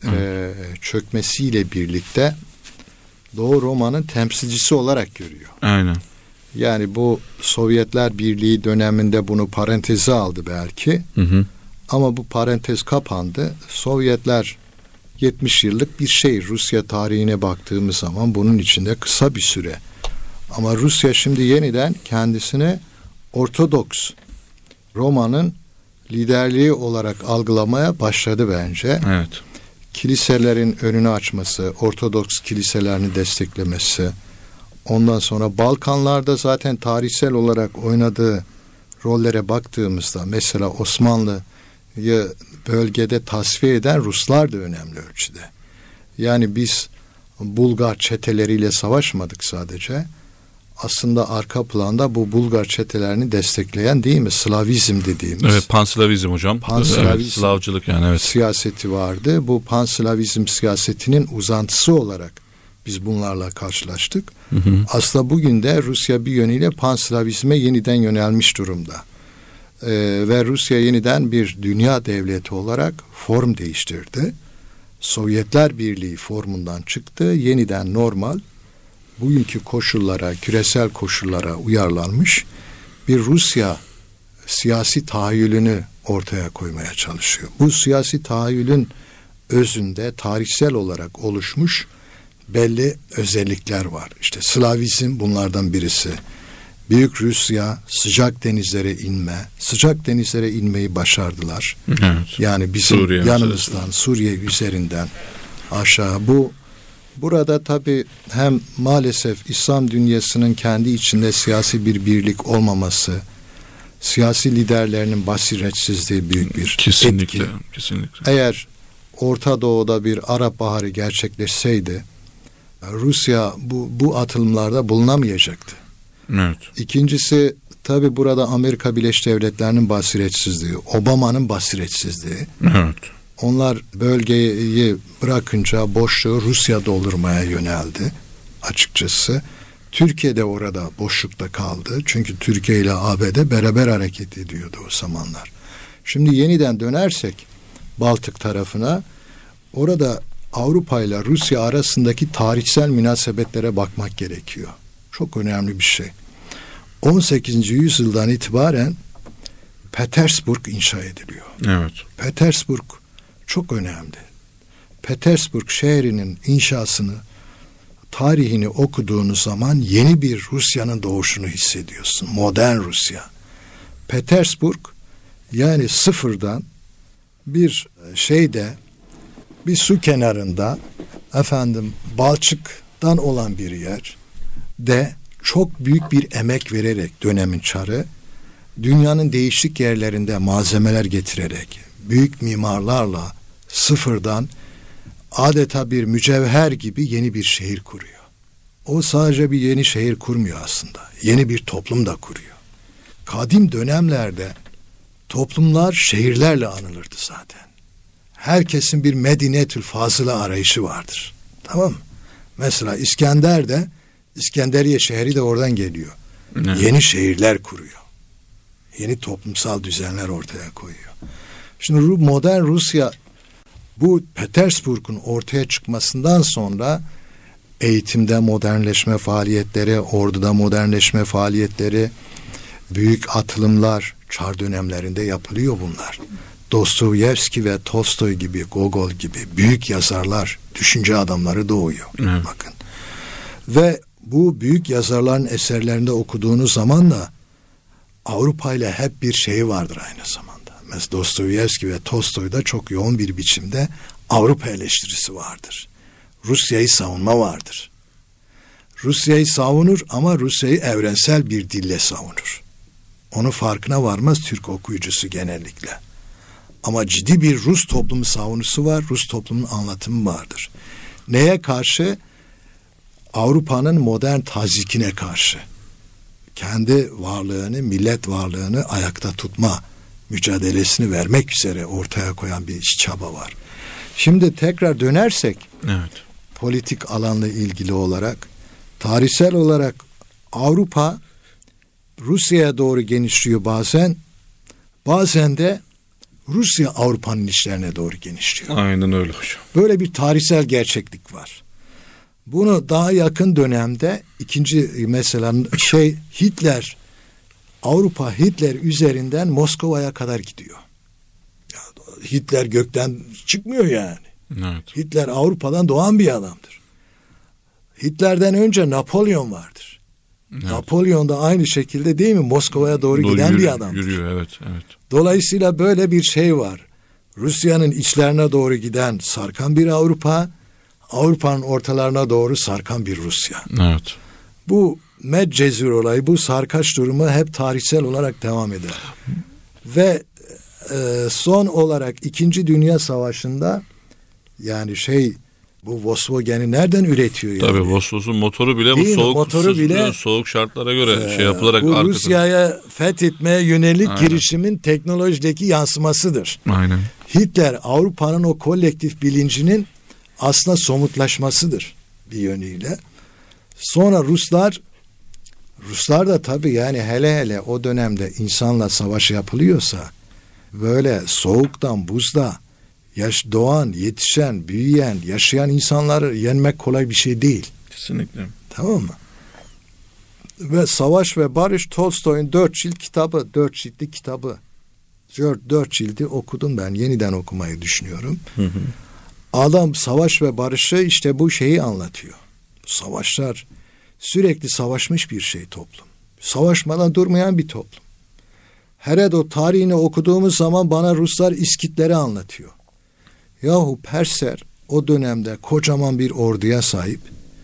çökmesiyle birlikte Doğu Roma'nın temsilcisi olarak görüyor. Aynen. Yani bu Sovyetler Birliği döneminde bunu paranteze aldı belki. Ama bu parantez kapandı. Sovyetler 70 yıllık bir şey. Rusya tarihine baktığımız zaman bunun içinde kısa bir süre. Ama Rusya şimdi yeniden kendisini Ortodoks Roma'nın liderliği olarak algılamaya başladı bence. Evet. Kiliselerin önünü açması, Ortodoks kiliselerini desteklemesi, ondan sonra Balkanlarda zaten tarihsel olarak oynadığı rollere baktığımızda mesela Osmanlı'yı bölgede tasfiye eden Ruslar da önemli ölçüde. Yani biz Bulgar çeteleriyle savaşmadık sadece. Aslında arka planda bu Bulgar çetelerini destekleyen değil mi? Slavizm dediğimiz. Evet, panslavizm hocam. Panslavizm. Evet, Slavcılık yani evet. Siyaseti vardı. Bu panslavizm siyasetinin uzantısı olarak biz bunlarla karşılaştık. Aslında bugün de Rusya bir yönüyle panslavizme yeniden yönelmiş durumda. Ve Rusya yeniden bir dünya devleti olarak form değiştirdi. Sovyetler Birliği formundan çıktı. Yeniden normal, bugünkü koşullara, küresel koşullara uyarlanmış bir Rusya siyasi tahayyülünü ortaya koymaya çalışıyor. Bu siyasi tahayyülün özünde tarihsel olarak oluşmuş belli özellikler var. İşte Slavizm bunlardan birisi. Büyük Rusya, sıcak denizlere inmeyi başardılar. Evet. Yani bizim Suriye yanımızdan, mesela. Suriye üzerinden aşağı. Burada tabii hem maalesef İslam dünyasının kendi içinde siyasi bir birlik olmaması, siyasi liderlerinin basiretsizliği büyük bir Kesinlikle, etki. kesinlikle. Eğer Orta Doğu'da bir Arap Baharı gerçekleşseydi, Rusya bu atılımlarda bulunamayacaktı. Evet. İkincisi tabii burada Amerika Birleşik Devletleri'nin basiretsizliği, Obama'nın basiretsizliği. Evet. Onlar bölgeyi bırakınca boşluğu Rusya doldurmaya yöneldi açıkçası. Türkiye de orada boşlukta kaldı. Çünkü Türkiye ile ABD beraber hareket ediyordu o zamanlar. Şimdi yeniden dönersek Baltık tarafına, orada Avrupa ile Rusya arasındaki tarihsel münasebetlere bakmak gerekiyor. Çok önemli bir şey. 18. yüzyıldan itibaren Petersburg inşa ediliyor. Evet. Petersburg çok önemli. Petersburg şehrinin inşasını, tarihini okuduğunuz zaman yeni bir Rusya'nın doğuşunu hissediyorsun. Modern Rusya. Petersburg yani sıfırdan bir su kenarında balçıktan olan bir yer de çok büyük bir emek vererek dönemin çarı, dünyanın değişik yerlerinde malzemeler getirerek, büyük mimarlarla sıfırdan adeta bir mücevher gibi yeni bir şehir kuruyor. O sadece bir yeni şehir kurmuyor aslında. Yeni bir toplum da kuruyor. Kadim dönemlerde toplumlar şehirlerle anılırdı zaten. Herkesin bir Medinetül Fazıla arayışı vardır. Tamam mı? Mesela İskenderiye şehri de oradan geliyor. Evet. Yeni şehirler kuruyor. Yeni toplumsal düzenler ortaya koyuyor. Şimdi modern Rusya bu Petersburg'un ortaya çıkmasından sonra eğitimde modernleşme faaliyetleri, orduda modernleşme faaliyetleri, büyük atılımlar Çar dönemlerinde yapılıyor bunlar. Dostoyevski ve Tolstoy gibi, Gogol gibi büyük yazarlar, düşünce adamları doğuyor. Evet. Bakın. Ve bu büyük yazarların eserlerinde okuduğunuz zaman da Avrupa ile hep bir şey vardır aynı zamanda. Mesela Dostoyevski ve Tolstoy'da çok yoğun bir biçimde Avrupa eleştirisi vardır. Rusya'yı savunma vardır. Rusya'yı savunur ama Rusya'yı evrensel bir dille savunur. Onun farkına varmaz Türk okuyucusu genellikle. Ama ciddi bir Rus toplumu savunusu var, Rus toplumunun anlatımı vardır. Neye karşı? Avrupa'nın modern tazyikine karşı. Kendi varlığını, millet varlığını ayakta tutma mücadelesini vermek üzere ortaya koyan bir çaba var. Şimdi tekrar dönersek, Evet. politik alanla ilgili olarak, tarihsel olarak Avrupa Rusya'ya doğru genişliyor bazen de Rusya Avrupa'nın içlerine doğru genişliyor. Aynen öyle hocam. Böyle bir tarihsel gerçeklik var. Bunu daha yakın dönemde mesela Hitler üzerinden Moskova'ya kadar gidiyor. Ya, Hitler gökten çıkmıyor yani. Evet. Hitler Avrupa'dan doğan bir adamdır. Hitler'den önce Napolyon vardır. Evet. Napolyon da aynı şekilde değil mi Moskova'ya doğru giden bir adamdır. Yürüyor, evet. Dolayısıyla böyle bir şey var. Rusya'nın içlerine doğru giden sarkan bir Avrupa, Avrupa'nın ortalarına doğru sarkan bir Rusya. Evet. Bu Medcezir olayı, bu sarkaç durumu hep tarihsel olarak devam eder. Ve son olarak 2. Dünya Savaşı'nda yani bu Volkswagen'i nereden üretiyor yani? Tabii Volkswagen motoru bile Değil bu mi? soğuk şartlara göre yapılarak bu arkasında. Rusya'ya fethetmeye yönelik girişimin teknolojideki yansımasıdır. Aynen. Hitler Avrupa'nın o kolektif bilincinin aslında somutlaşmasıdır bir yönüyle. Sonra Ruslar da tabii yani hele o dönemde insanla savaş yapılıyorsa böyle soğuktan buzda doğan, yetişen, büyüyen, yaşayan insanları yenmek kolay bir şey değil. Kesinlikle. Tamam mı? Ve Savaş ve Barış Tolstoy'un 4 ciltli kitabı. 4 cildi okudum ben. Yeniden okumayı düşünüyorum. Hı. Adam Savaş ve Barış'ı işte bu şeyi anlatıyor. Savaşlar sürekli savaşmış bir toplum. Savaşmadan durmayan bir toplum. Herodot tarihini okuduğumuz zaman bana Ruslar İskitleri anlatıyor. Yahu Persler o dönemde kocaman bir orduya sahip.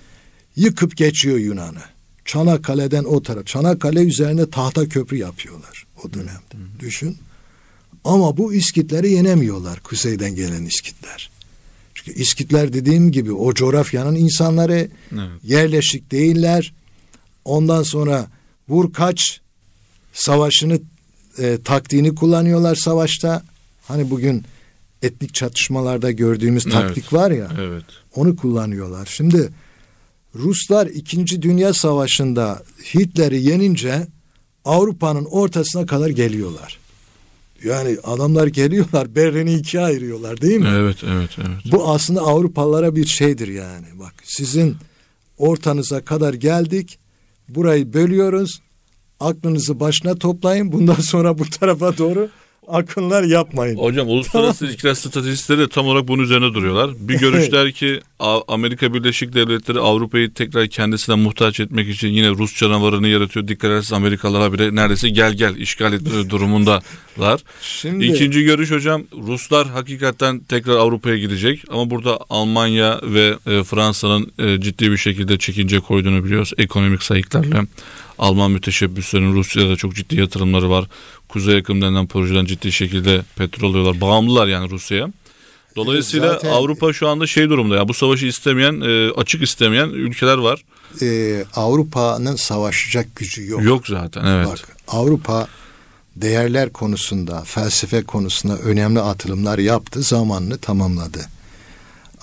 Yıkıp geçiyor Yunan'ı. Çanakkale'den o taraf. Çanakkale üzerine tahta köprü yapıyorlar o dönemde. Düşün. Ama bu İskitleri yenemiyorlar. Kuzeyden gelen İskitler. Çünkü İskitler dediğim gibi o coğrafyanın insanları, yerleşik değiller. Ondan sonra vur kaç savaşını taktiğini kullanıyorlar savaşta. Hani bugün etnik çatışmalarda gördüğümüz taktik var ya. Evet. Onu kullanıyorlar. Şimdi Ruslar 2. Dünya Savaşı'nda Hitler'i yenince Avrupa'nın ortasına kadar geliyorlar. Yani adamlar geliyorlar, Berlin'i 2'ye ayırıyorlar değil mi? Evet. Bu aslında Avrupalılara bir şeydir yani. Bak sizin ortanıza kadar geldik. Burayı bölüyoruz. Aklınızı başına toplayın. Bundan sonra bu tarafa doğru akınlar yapmayın. Hocam uluslararası ilişkiler stratejistleri de tam olarak bunun üzerine duruyorlar. Bir görüş der ki Amerika Birleşik Devletleri Avrupa'yı tekrar kendisine muhtaç etmek için yine Rus canavarını yaratıyor. Dikkat ederseniz Amerikalılara bile neredeyse gel işgal et durumundalar. Şimdi, İkinci görüş hocam, Ruslar hakikaten tekrar Avrupa'ya gidecek ama burada Almanya ve Fransa'nın ciddi bir şekilde çekince koyduğunu biliyoruz. Ekonomik sayıklarla Alman müteşebbislerin Rusya'da çok ciddi yatırımları var. Kuzey Akım denilen projeden ciddi şekilde petrol alıyorlar. Bağımlılar yani Rusya'ya. Dolayısıyla zaten Avrupa şu anda durumda. Yani bu savaşı istemeyen, açık istemeyen ülkeler var. Avrupa'nın savaşacak gücü yok. Yok zaten, evet. Bak, Avrupa değerler konusunda, felsefe konusunda önemli atılımlar yaptı, zamanını tamamladı.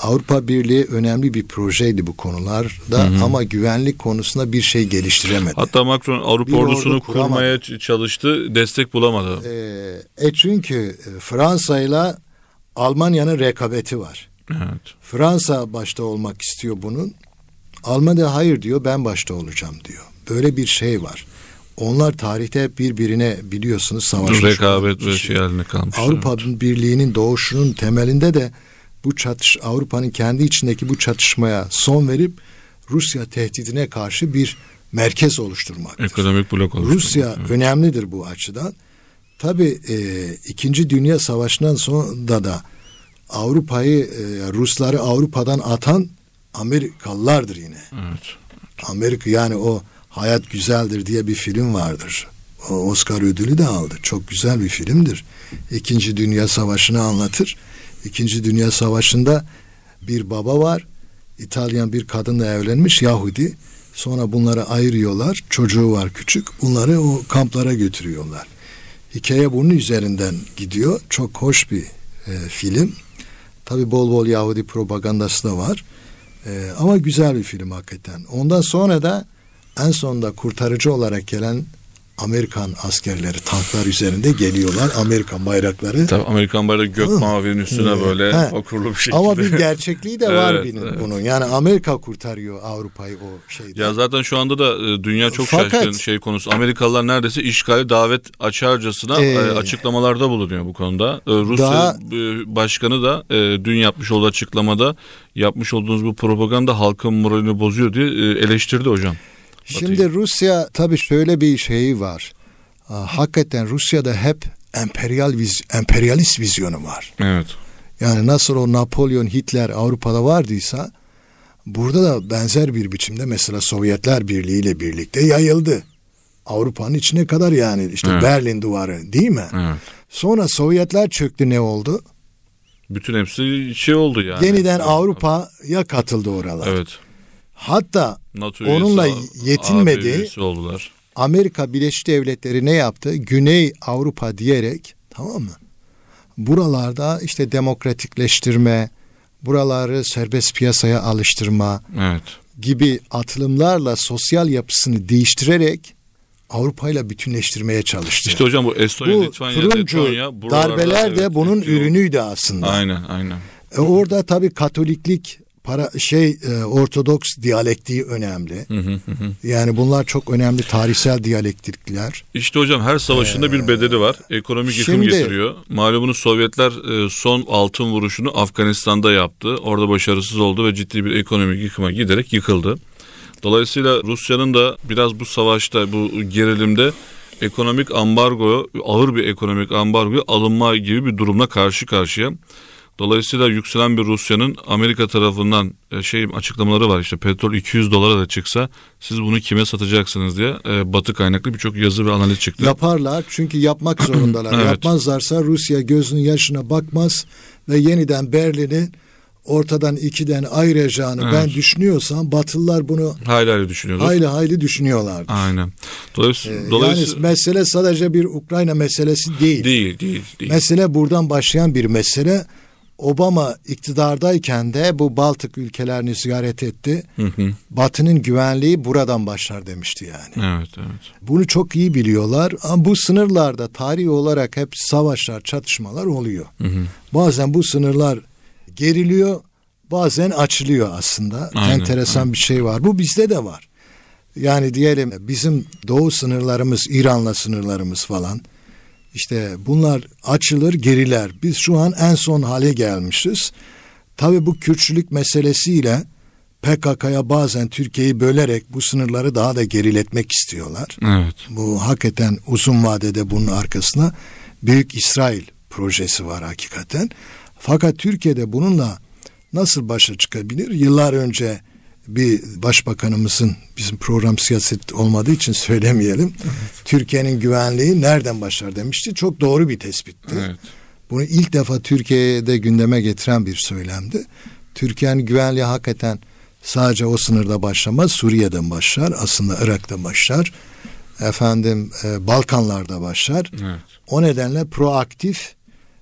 Avrupa Birliği önemli bir projeydi bu konularda ama güvenlik konusunda bir şey geliştiremedi. Hatta Macron Avrupa ordusunu kurmaya çalıştı, destek bulamadı. Çünkü Fransa'yla Almanya'nın rekabeti var. Evet. Fransa başta olmak istiyor bunun. Almanya hayır diyor, ben başta olacağım diyor. Böyle bir şey var. Onlar tarihte hep birbirine biliyorsunuz savaşmış. Rekabet ve şey haline kalmış. Avrupa Birliği'nin doğuşunun temelinde de bu Avrupa'nın kendi içindeki bu çatışmaya son verip Rusya tehdidine karşı bir merkez oluşturmaktır. Ekonomik blok oluşturmak. Rusya önemlidir bu açıdan. Tabii 2. Dünya Savaşı'ndan sonra da Rusları Avrupa'dan atan Amerikalılardır yine. Evet. Amerika, yani o Hayat Güzeldir diye bir film vardır. O Oscar ödülü de aldı. Çok güzel bir filmdir. 2. Dünya Savaşı'nı anlatır. 2. Dünya Savaşı'nda bir baba var. İtalyan bir kadınla evlenmiş, Yahudi. Sonra bunları ayırıyorlar. Çocuğu var küçük. Bunları o kamplara götürüyorlar. Hikaye bunun üzerinden gidiyor. Çok hoş bir film. Tabii bol bol Yahudi propagandası da var. Ama güzel bir film hakikaten. Ondan sonra da en sonunda kurtarıcı olarak gelen Amerikan askerleri tanklar üzerinde geliyorlar. Amerikan bayrakları. Tabii Amerikan bayrağı gök mavinin üstüne böyle okurlu bir şekilde. Ama bir gerçekliği de var evet. bunun. Yani Amerika kurtarıyor Avrupa'yı o şeyden. Ya zaten şu anda da dünya çok şaşkın şey konusu. Amerikalılar neredeyse işgali davet açarcasına açıklamalarda bulunuyor bu konuda. Rusya başkanı da dün yapmış olduğu açıklamada yapmış olduğunuz bu propaganda halkın moralini bozuyor diye eleştirdi hocam. Şimdi Rusya tabii şöyle bir şey var. Hakikaten Rusya'da hep emperyalist vizyonu var. Evet. Yani nasıl o Napolyon, Hitler Avrupa'da vardıysa burada da benzer bir biçimde mesela Sovyetler Birliği ile birlikte yayıldı. Avrupa'nın içine kadar, yani işte evet. Berlin Duvarı değil mi? Evet. Sonra Sovyetler çöktü, ne oldu? Bütün hepsi şey oldu yani. Yeniden Avrupa'ya katıldı oralar. Evet. Hatta NATO onunla yetinmedi. Oldular. Amerika Birleşik Devletleri ne yaptı? Güney Avrupa diyerek, tamam mı? Buralarda işte demokratikleştirme, buraları serbest piyasaya alıştırma evet. gibi atılımlarla sosyal yapısını değiştirerek Avrupa'yla bütünleştirmeye çalıştı. İşte hocam bu Estonya, Litvanya, Letonya darbeler de bunun ürünüydü aslında. Aynen. Orada tabii Katoliklik Ortodoks diyalektiği önemli. Yani bunlar çok önemli tarihsel diyalektikler. İşte hocam her savaşında bir bedeli var. Ekonomik yıkım getiriyor. Malumunuz Sovyetler son altın vuruşunu Afganistan'da yaptı. Orada başarısız oldu ve ciddi bir ekonomik yıkıma giderek yıkıldı. Dolayısıyla Rusya'nın da biraz bu savaşta, bu gerilimde ekonomik ambargo, ağır bir ekonomik ambargoya alınma gibi bir durumla karşı karşıya. Dolayısıyla yükselen bir Rusya'nın Amerika tarafından açıklamaları var, işte petrol $200 da çıksa siz bunu kime satacaksınız diye Batı kaynaklı birçok yazı ve analiz çıktı. Yaparlar çünkü yapmak zorundalar. Evet. Yapmazlarsa Rusya gözünün yaşına bakmaz ve yeniden Berlin'i ortadan ikiden ayıracağını ben düşünüyorsam Batılılar bunu hayli düşünüyorlar. Hayli düşünüyorlardır. Aynen. Yani mesele sadece bir Ukrayna meselesi değil. Değil. Mesele buradan başlayan bir mesele. Obama iktidardayken de bu Baltık ülkelerini ziyaret etti. Batı'nın güvenliği buradan başlar demişti yani. Evet. Bunu çok iyi biliyorlar ama bu sınırlarda tarihi olarak hep savaşlar, çatışmalar oluyor. Bazen bu sınırlar geriliyor, bazen açılıyor aslında. Aynen. Enteresan bir şey var. Bu bizde de var. Yani diyelim bizim doğu sınırlarımız, İran'la sınırlarımız falan. İşte bunlar açılır, geriler. Biz şu an en son hale gelmişiz. Tabii bu Kürtçülük meselesiyle PKK'ya bazen Türkiye'yi bölerek bu sınırları daha da geriletmek istiyorlar. Evet. Bu hakikaten uzun vadede bunun arkasında Büyük İsrail projesi var hakikaten. Fakat Türkiye'de bununla nasıl başa çıkabilir? Yıllar önce bir başbakanımızın, bizim program siyaset olmadığı için söylemeyelim. Evet. Türkiye'nin güvenliği nereden başlar demişti. Çok doğru bir tespitti. Evet. Bunu ilk defa Türkiye'de gündeme getiren bir söylemdi. Türkiye'nin güvenliği hakikaten sadece o sınırda başlamaz. Suriye'den başlar. Aslında Irak'ta başlar. Balkanlarda başlar. Evet. O nedenle proaktif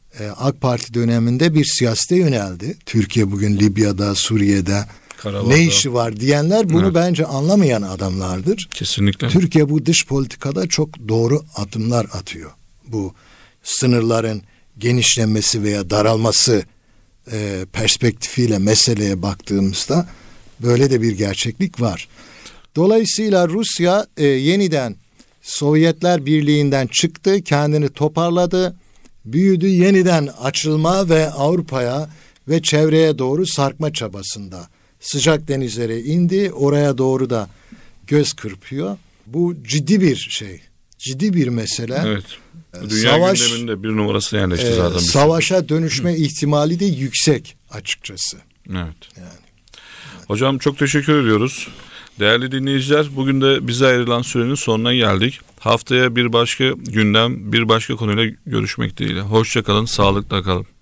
AK Parti döneminde bir siyasete yöneldi. Türkiye bugün Libya'da, Suriye'de Karavan'da. ne işi var diyenler bunu Evet. bence anlamayan adamlardır. Kesinlikle. Türkiye bu dış politikada çok doğru adımlar atıyor. Bu sınırların genişlenmesi veya daralması perspektifiyle meseleye baktığımızda böyle de bir gerçeklik var. Dolayısıyla Rusya yeniden Sovyetler Birliği'nden çıktı, kendini toparladı, büyüdü, yeniden açılma ve Avrupa'ya ve çevreye doğru sarkma çabasında. Sıcak denizlere indi, oraya doğru da göz kırpıyor. Bu ciddi bir şey, ciddi bir mesele. Evet. Dünya gündeminde bir numarası yerleşti zaten. Savaşa dönüşme ihtimali de yüksek açıkçası. Evet. Hocam çok teşekkür ediyoruz. Değerli dinleyiciler, bugün de bize ayrılan sürenin sonuna geldik. Haftaya bir başka gündem, bir başka konuyla görüşmek dileğiyle. Hoşça kalın, sağlıkla kalın.